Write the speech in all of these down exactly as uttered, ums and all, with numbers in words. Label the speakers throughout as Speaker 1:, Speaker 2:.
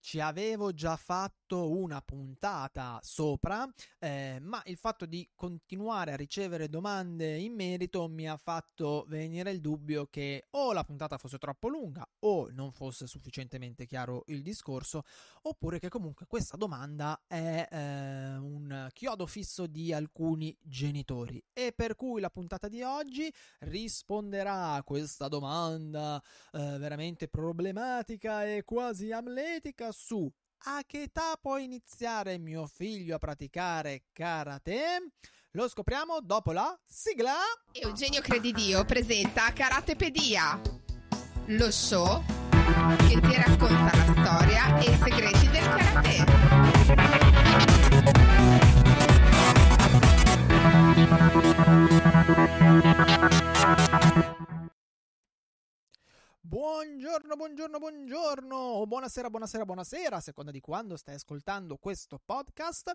Speaker 1: Ci avevo già fatto una puntata sopra, eh, ma il fatto di continuare a ricevere domande in merito mi ha fatto venire il dubbio che o la puntata fosse troppo lunga o non fosse sufficientemente chiaro il discorso, oppure che comunque questa domanda è eh, un chiodo fisso di alcuni genitori, e per cui la puntata di oggi risponderà a questa domanda eh, veramente problematica e quasi amletica su: a che età può iniziare mio figlio a praticare karate? Lo scopriamo dopo la sigla.
Speaker 2: Eugenio Credidio presenta Karatepedia, lo show che ti racconta la storia e i segreti del karate.
Speaker 1: Buongiorno, buongiorno, buongiorno, o buonasera, buonasera, buonasera, a seconda di quando stai ascoltando questo podcast.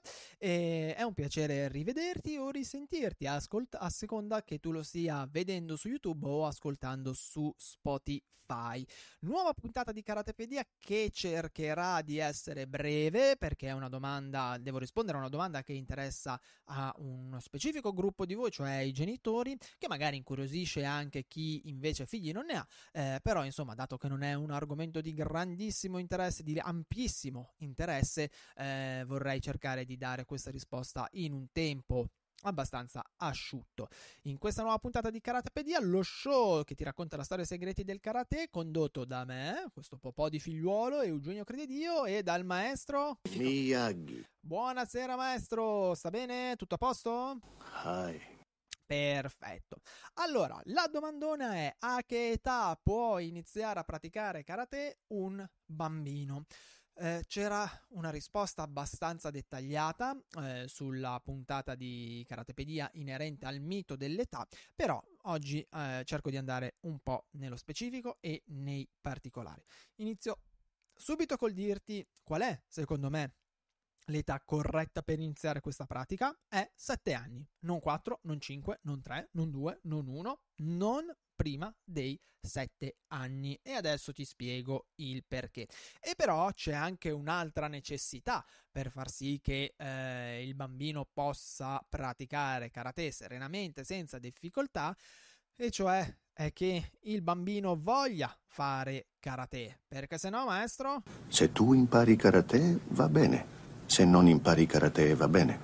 Speaker 1: E è un piacere rivederti o risentirti, ascolt- a seconda che tu lo stia vedendo su YouTube o ascoltando su Spotify. Nuova puntata di Karatepedia che cercherà di essere breve, perché è una domanda, devo rispondere a una domanda che interessa a uno specifico gruppo di voi, cioè i genitori, che magari incuriosisce anche chi invece figli non ne ha, eh, però insomma, dato che non è un argomento di grandissimo interesse, di ampissimo interesse, eh, vorrei cercare di dare questa risposta in un tempo abbastanza asciutto. In questa nuova puntata di Karatepedia, lo show che ti racconta la storia e i segreti del karate, condotto da me, questo popò di figliuolo, Eugenio Credidio, e dal maestro
Speaker 3: Miyagi.
Speaker 1: Buonasera maestro, sta bene? Tutto a posto?
Speaker 3: Hai.
Speaker 1: Perfetto. Allora, la domandona è: a che età può iniziare a praticare karate un bambino? Eh, c'era una risposta abbastanza dettagliata eh, sulla puntata di Karatepedia inerente al mito dell'età, però oggi eh, cerco di andare un po' nello specifico e nei particolari. Inizio subito col dirti qual è, secondo me, l'età corretta per iniziare questa pratica. È sette anni, non quattro, non cinque, non tre, non due, non uno, non prima dei sette anni. E adesso ti spiego il perché. E però c'è anche un'altra necessità per far sì che eh, il bambino possa praticare karate serenamente, senza difficoltà, e cioè è che il bambino voglia fare karate. Perché se no, maestro?
Speaker 3: Se tu impari karate, va bene. Se non impari karate, va bene.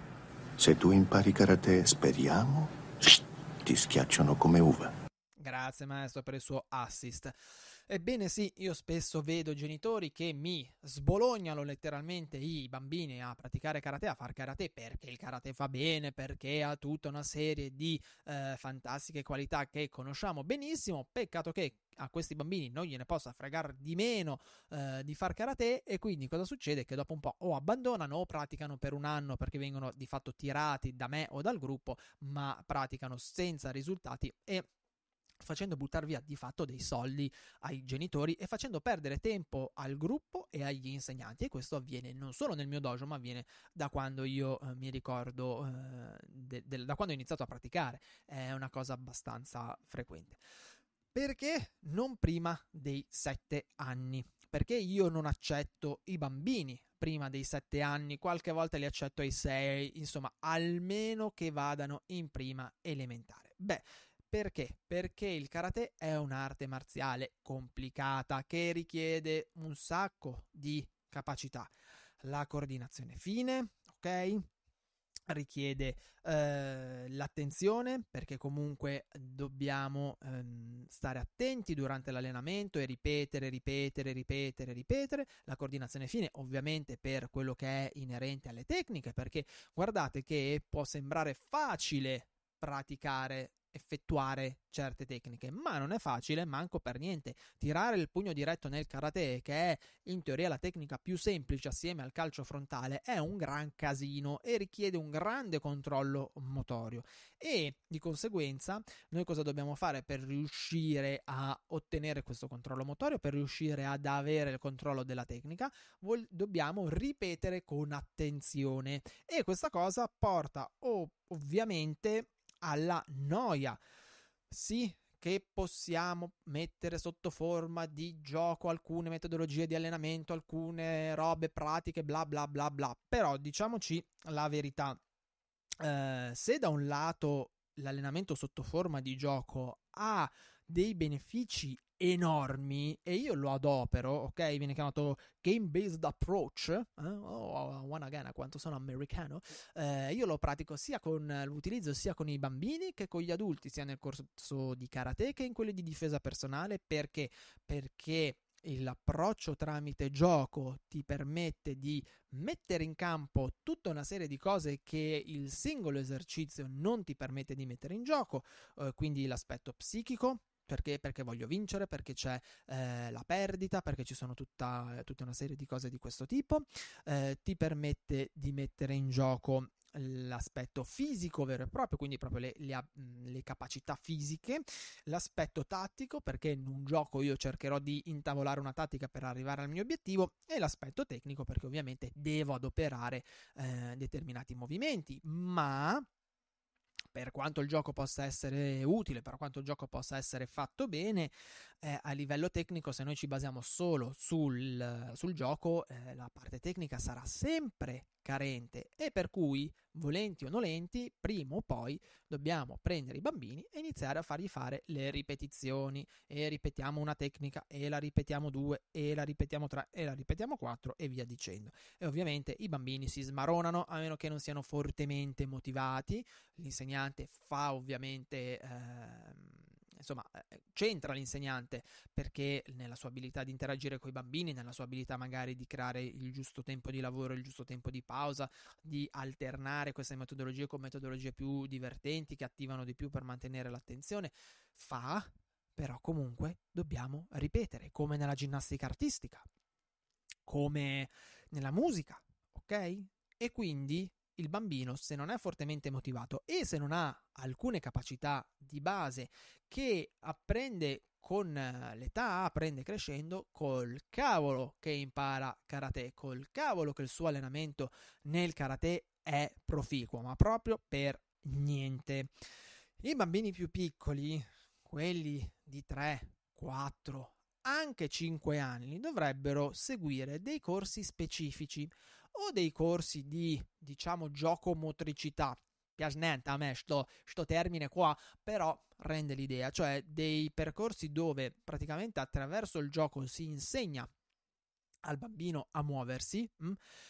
Speaker 3: Se tu impari karate, speriamo, ti schiacciano come uva.
Speaker 1: Grazie maestro per il suo assist. Ebbene sì, io spesso vedo genitori che mi sbolognano letteralmente i bambini a praticare karate, a far karate, perché il karate fa bene, perché ha tutta una serie di eh, fantastiche qualità che conosciamo benissimo. Peccato che a questi bambini non gliene possa fregare di meno eh, di far karate, e quindi cosa succede? Che dopo un po' o abbandonano o praticano per un anno perché vengono di fatto tirati da me o dal gruppo, ma praticano senza risultati, e facendo buttare via di fatto dei soldi ai genitori e facendo perdere tempo al gruppo e agli insegnanti. E questo avviene non solo nel mio dojo, ma avviene da quando io eh, mi ricordo eh, de- de- da quando ho iniziato a praticare. È una cosa abbastanza frequente. Perché non prima dei sette anni? Perché io non accetto i bambini prima dei sette anni, qualche volta li accetto ai sei, insomma, almeno che vadano in prima elementare. Beh, perché? Perché il karate è un'arte marziale complicata che richiede un sacco di capacità. La coordinazione fine, ok? Richiede eh, l'attenzione, perché comunque dobbiamo ehm, stare attenti durante l'allenamento e ripetere, ripetere, ripetere, ripetere. La coordinazione fine ovviamente per quello che è inerente alle tecniche, perché guardate che può sembrare facile praticare, effettuare certe tecniche, ma non è facile manco per niente. Tirare il pugno diretto nel karate, che è in teoria la tecnica più semplice assieme al calcio frontale, è un gran casino e richiede un grande controllo motorio, e di conseguenza noi cosa dobbiamo fare per riuscire a ottenere questo controllo motorio, per riuscire ad avere il controllo della tecnica? Vol- dobbiamo ripetere con attenzione, e questa cosa porta ov- ovviamente alla noia. Sì, che possiamo mettere sotto forma di gioco alcune metodologie di allenamento, alcune robe pratiche, bla bla bla bla, però diciamoci la verità, eh, se da un lato l'allenamento sotto forma di gioco ha dei benefici enormi e io lo adopero, ok? Viene chiamato game based approach, eh? Oh, one again, a quanto sono americano. Eh, io lo pratico sia con l'utilizzo sia con i bambini che con gli adulti, sia nel corso di karate che in quelli di difesa personale. Perché? Perché l'approccio tramite gioco ti permette di mettere in campo tutta una serie di cose che il singolo esercizio non ti permette di mettere in gioco, eh, quindi l'aspetto psichico. Perché? Perché voglio vincere, perché c'è eh, la perdita, perché ci sono tutta, tutta una serie di cose di questo tipo. Eh, ti permette di mettere in gioco l'aspetto fisico vero e proprio, quindi proprio le, le, le capacità fisiche, l'aspetto tattico, perché in un gioco io cercherò di intavolare una tattica per arrivare al mio obiettivo, e l'aspetto tecnico, perché ovviamente devo adoperare eh, determinati movimenti, ma per quanto il gioco possa essere utile, per quanto il gioco possa essere fatto bene, eh, a livello tecnico, se noi ci basiamo solo sul, sul gioco, eh, la parte tecnica sarà sempre carente, e per cui, volenti o nolenti, prima o poi dobbiamo prendere i bambini e iniziare a fargli fare le ripetizioni, e ripetiamo una tecnica e la ripetiamo due e la ripetiamo tre e la ripetiamo quattro e via dicendo. E ovviamente i bambini si smaronano a meno che non siano fortemente motivati. L'insegnante fa ovviamente ehm, insomma c'entra l'insegnante, perché nella sua abilità di interagire con i bambini, nella sua abilità magari di creare il giusto tempo di lavoro, il giusto tempo di pausa, di alternare queste metodologie con metodologie più divertenti che attivano di più per mantenere l'attenzione, fa, però comunque dobbiamo ripetere, come nella ginnastica artistica, come nella musica, ok? E quindi il bambino, se non è fortemente motivato e se non ha alcune capacità di base che apprende con l'età, apprende crescendo, col cavolo che impara karate, col cavolo che il suo allenamento nel karate è proficuo, ma proprio per niente. I bambini più piccoli, quelli di tre, quattro, anche cinque anni, dovrebbero seguire dei corsi specifici o dei corsi di, diciamo, gioco motricità. Piace niente a me sto, sto termine qua, però rende l'idea, cioè dei percorsi dove praticamente attraverso il gioco si insegna al bambino a muoversi. Mh?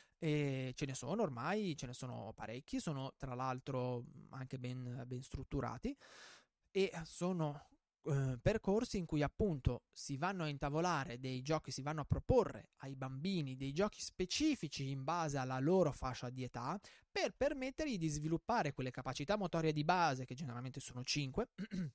Speaker 1: E ce ne sono ormai, ce ne sono parecchi, sono tra l'altro anche ben, ben strutturati, e sono eh, percorsi in cui appunto si vanno a intavolare dei giochi, si vanno a proporre ai bambini dei giochi specifici in base alla loro fascia di età, per permettergli di sviluppare quelle capacità motorie di base, che generalmente sono cinque,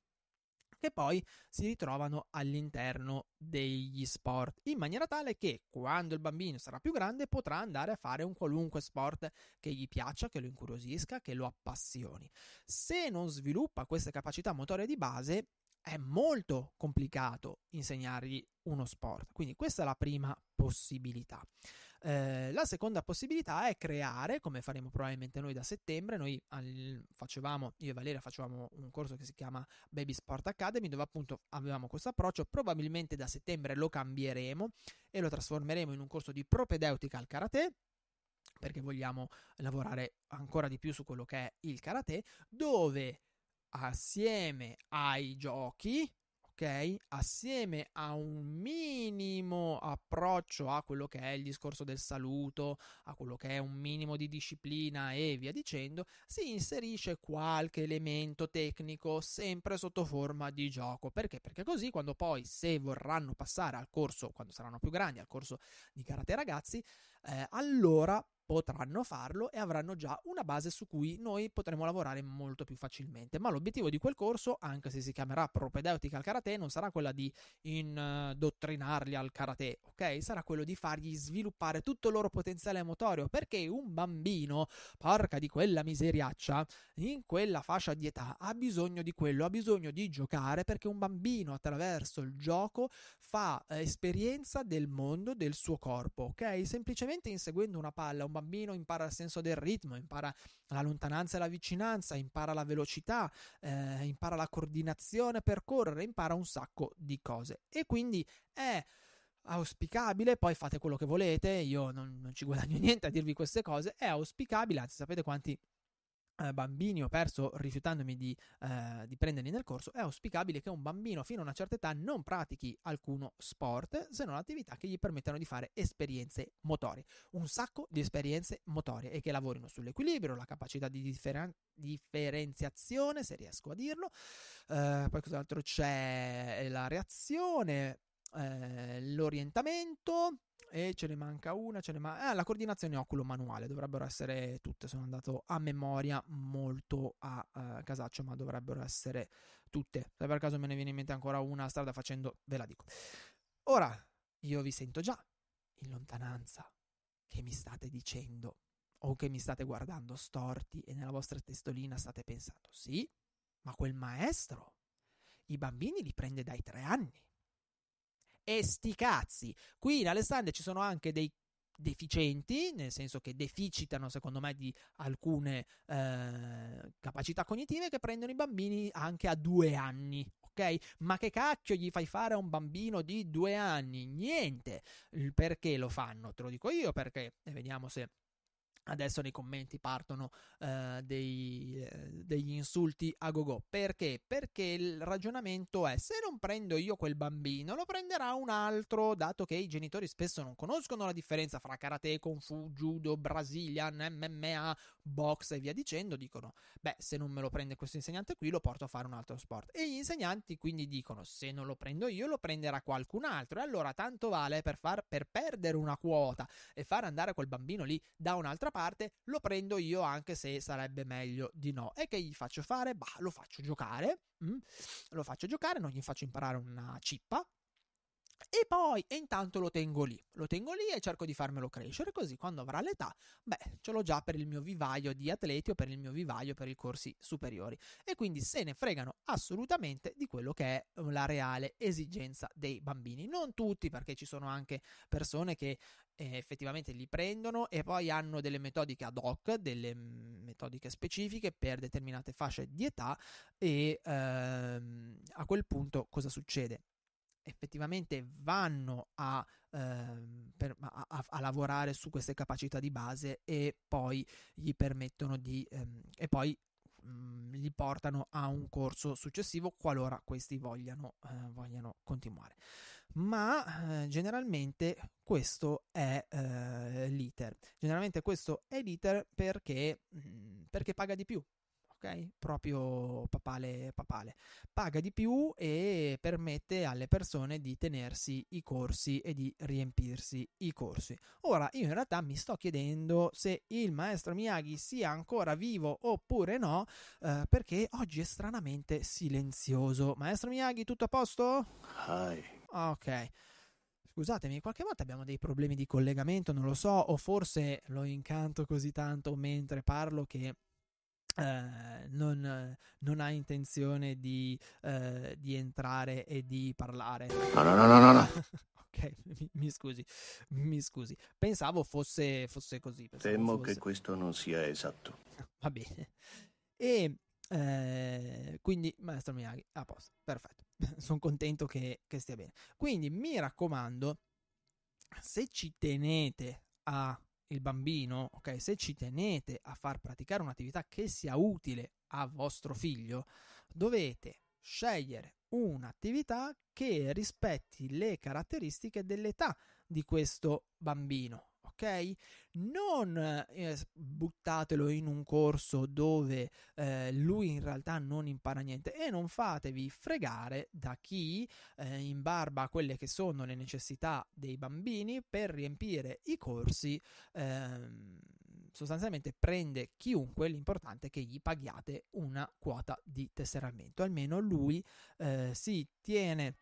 Speaker 1: che poi si ritrovano all'interno degli sport, in maniera tale che quando il bambino sarà più grande potrà andare a fare un qualunque sport che gli piaccia, che lo incuriosisca, che lo appassioni. Se non sviluppa queste capacità motorie di base, è molto complicato insegnargli uno sport. Quindi questa è la prima possibilità. Eh, la seconda possibilità è creare, come faremo probabilmente noi da settembre. Noi al, facevamo, io e Valeria facevamo un corso che si chiama Baby Sport Academy, dove appunto avevamo questo approccio. Probabilmente da settembre lo cambieremo e lo trasformeremo in un corso di propedeutica al karate, perché vogliamo lavorare ancora di più su quello che è il karate, dove assieme ai giochi, ok, assieme a un minimo approccio a quello che è il discorso del saluto, a quello che è un minimo di disciplina e via dicendo, si inserisce qualche elemento tecnico sempre sotto forma di gioco. Perché? Perché così quando poi, se vorranno passare al corso, quando saranno più grandi, al corso di karate ragazzi, eh, allora potranno farlo e avranno già una base su cui noi potremo lavorare molto più facilmente. Ma l'obiettivo di quel corso, anche se si chiamerà propedeutica al karate, non sarà quella di indottrinarli al karate, ok? Sarà quello di fargli sviluppare tutto il loro potenziale motorio, perché un bambino, porca di quella miseriaccia, in quella fascia di età ha bisogno di quello, ha bisogno di giocare, perché un bambino attraverso il gioco fa eh, esperienza del mondo, del suo corpo, ok? Semplicemente inseguendo una palla, un bambino impara il senso del ritmo, impara la lontananza e la vicinanza, impara la velocità, eh, impara la coordinazione per correre, impara un sacco di cose. E quindi è auspicabile, poi fate quello che volete, io non, non ci guadagno niente a dirvi queste cose, è auspicabile, anzi sapete quanti eh, bambini ho perso rifiutandomi di, eh, di prenderli nel corso, è auspicabile che un bambino fino a una certa età non pratichi alcuno sport se non attività che gli permettano di fare esperienze motorie, un sacco di esperienze motorie, e che lavorino sull'equilibrio, la capacità di differen- differenziazione, se riesco a dirlo, eh, poi cos'altro c'è, la reazione, Eh, l'orientamento, e ce ne manca una, ce ne ma- ah, la coordinazione oculo-manuale, dovrebbero essere tutte, sono andato a memoria molto a uh, casaccio, ma dovrebbero essere tutte. Se per caso me ne viene in mente ancora una strada facendo, ve la dico. Ora, io vi sento già in lontananza che mi state dicendo, o che mi state guardando storti, e nella vostra testolina state pensando: sì, ma quel maestro i bambini li prende dai tre anni. E sti cazzi, qui in Alessandria ci sono anche dei deficienti, nel senso che deficitano secondo me di alcune eh, capacità cognitive, che prendono i bambini anche a due anni, ok? Ma che cacchio gli fai fare a un bambino di due anni? Niente. Il perché lo fanno te lo dico io, perché, e vediamo se adesso nei commenti partono uh, dei, eh, degli insulti a gogo. Perché? Perché il ragionamento è: se non prendo io quel bambino, lo prenderà un altro, dato che i genitori spesso non conoscono la differenza fra karate, kung fu, judo, brazilian, M M A, box e via dicendo. Dicono: beh, se non me lo prende questo insegnante qui, lo porto a fare un altro sport. E gli insegnanti quindi dicono: se non lo prendo io, lo prenderà qualcun altro. E allora tanto vale per, far, per perdere una quota e far andare quel bambino lì da un'altra parte, lo prendo io, anche se sarebbe meglio di no. E che gli faccio fare? Bah, lo faccio giocare, mm? lo faccio giocare, non gli faccio imparare una cippa, e poi e intanto lo tengo lì, lo tengo lì e cerco di farmelo crescere, così quando avrà l'età, beh, ce l'ho già per il mio vivaio di atleti o per il mio vivaio per i corsi superiori. E quindi se ne fregano assolutamente di quello che è la reale esigenza dei bambini. Non tutti, perché ci sono anche persone che eh, effettivamente li prendono e poi hanno delle metodiche ad hoc, delle mh, metodiche specifiche per determinate fasce di età, e ehm, a quel punto cosa succede? Effettivamente vanno a, ehm, per, a, a, a lavorare su queste capacità di base, e poi gli permettono di ehm, e poi mh, li portano a un corso successivo qualora questi vogliano, eh, vogliano continuare. Ma eh, generalmente questo è eh, l'iter. Generalmente questo è l'iter perché, mh, perché paga di più. Ok? Proprio papale papale. Paga di più e permette alle persone di tenersi i corsi e di riempirsi i corsi. Ora, io in realtà mi sto chiedendo se il maestro Miyagi sia ancora vivo oppure no, eh, perché oggi è stranamente silenzioso. Maestro Miyagi, tutto a posto?
Speaker 3: Hi.
Speaker 1: Ok. Scusatemi, qualche volta abbiamo dei problemi di collegamento, non lo so, o forse lo incanto così tanto mentre parlo che Uh, non, non ha intenzione di, uh, di entrare e di parlare.
Speaker 3: No, no, no, no, no, no.
Speaker 1: Ok, mi, mi scusi, mi scusi. Pensavo fosse, fosse così. Pensavo
Speaker 3: Temo
Speaker 1: fosse...
Speaker 3: che questo non sia esatto.
Speaker 1: Va bene. E eh, quindi, maestro Miyagi, a posto, perfetto. Sono contento che, che stia bene. Quindi mi raccomando, se ci tenete a il bambino, ok, se ci tenete a far praticare un'attività che sia utile a vostro figlio, dovete scegliere un'attività che rispetti le caratteristiche dell'età di questo bambino, ok? Non eh, buttatelo in un corso dove eh, lui in realtà non impara niente, e non fatevi fregare da chi eh, in barba a quelle che sono le necessità dei bambini per riempire i corsi ehm, sostanzialmente prende chiunque. L'importante è che gli paghiate una quota di tesseramento, almeno lui eh, si tiene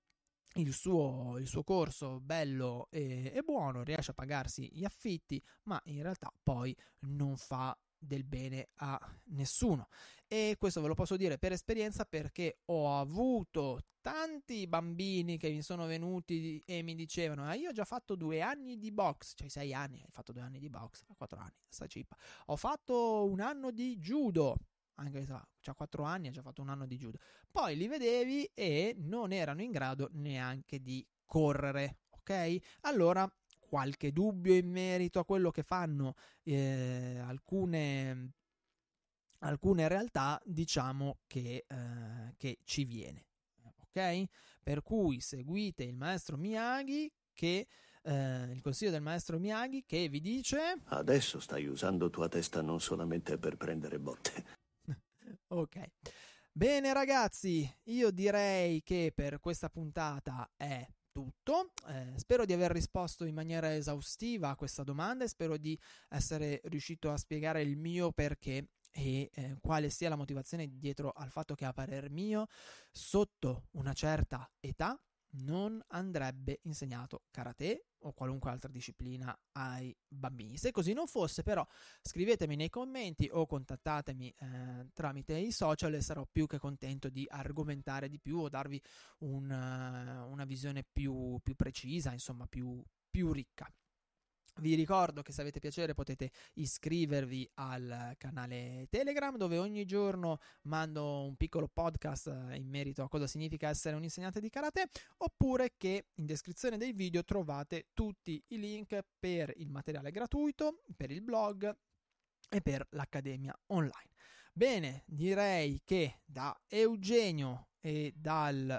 Speaker 1: il suo, il suo corso bello e, e buono, riesce a pagarsi gli affitti, ma in realtà poi non fa del bene a nessuno. E questo ve lo posso dire per esperienza, perché ho avuto tanti bambini che mi sono venuti e mi dicevano: ah, io ho già fatto due anni di box, cioè sei anni, hai fatto due anni di box, quattro anni, sta cippa. Ho fatto un anno di judo, anche se ha quattro anni, ha già fatto un anno di judo. Poi li vedevi e non erano in grado neanche di correre, ok? Allora, qualche dubbio in merito a quello che fanno eh, alcune, alcune realtà, diciamo che, eh, che ci viene, ok? Per cui seguite il maestro Miyagi, che eh, il consiglio del maestro Miyagi, che vi dice:
Speaker 3: adesso stai usando tua testa non solamente per prendere botte.
Speaker 1: Ok. Bene ragazzi, io direi che per questa puntata è tutto. Eh, spero di aver risposto in maniera esaustiva a questa domanda e spero di essere riuscito a spiegare il mio perché e eh, quale sia la motivazione dietro al fatto che, a parer mio, sotto una certa età non andrebbe insegnato karate o qualunque altra disciplina ai bambini. Se così non fosse, però, scrivetemi nei commenti o contattatemi eh, tramite i social e sarò più che contento di argomentare di più o darvi un, uh, una visione più, più precisa, insomma più, più ricca. Vi ricordo che se avete piacere potete iscrivervi al canale Telegram, dove ogni giorno mando un piccolo podcast in merito a cosa significa essere un insegnante di karate, oppure che in descrizione del video trovate tutti i link per il materiale gratuito, per il blog e per l'accademia online. Bene, direi che da Eugenio e dal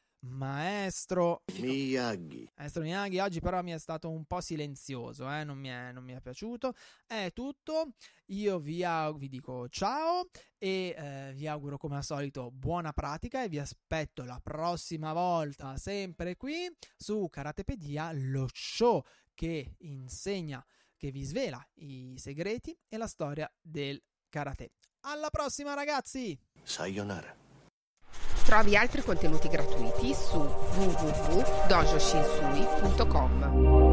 Speaker 1: Maestro
Speaker 3: Miyagi.
Speaker 1: Maestro Miyagi oggi però mi è stato un po' silenzioso, eh? non, mi è, non mi è piaciuto. È tutto, io vi, aug- vi dico ciao e eh, vi auguro come al solito buona pratica e vi aspetto la prossima volta sempre qui su Karatepedia, lo show che insegna, che vi svela i segreti e la storia del karate. Alla prossima ragazzi!
Speaker 3: Sayonara.
Speaker 2: Trovi altri contenuti gratuiti su w w w punto dojo shinsui punto com.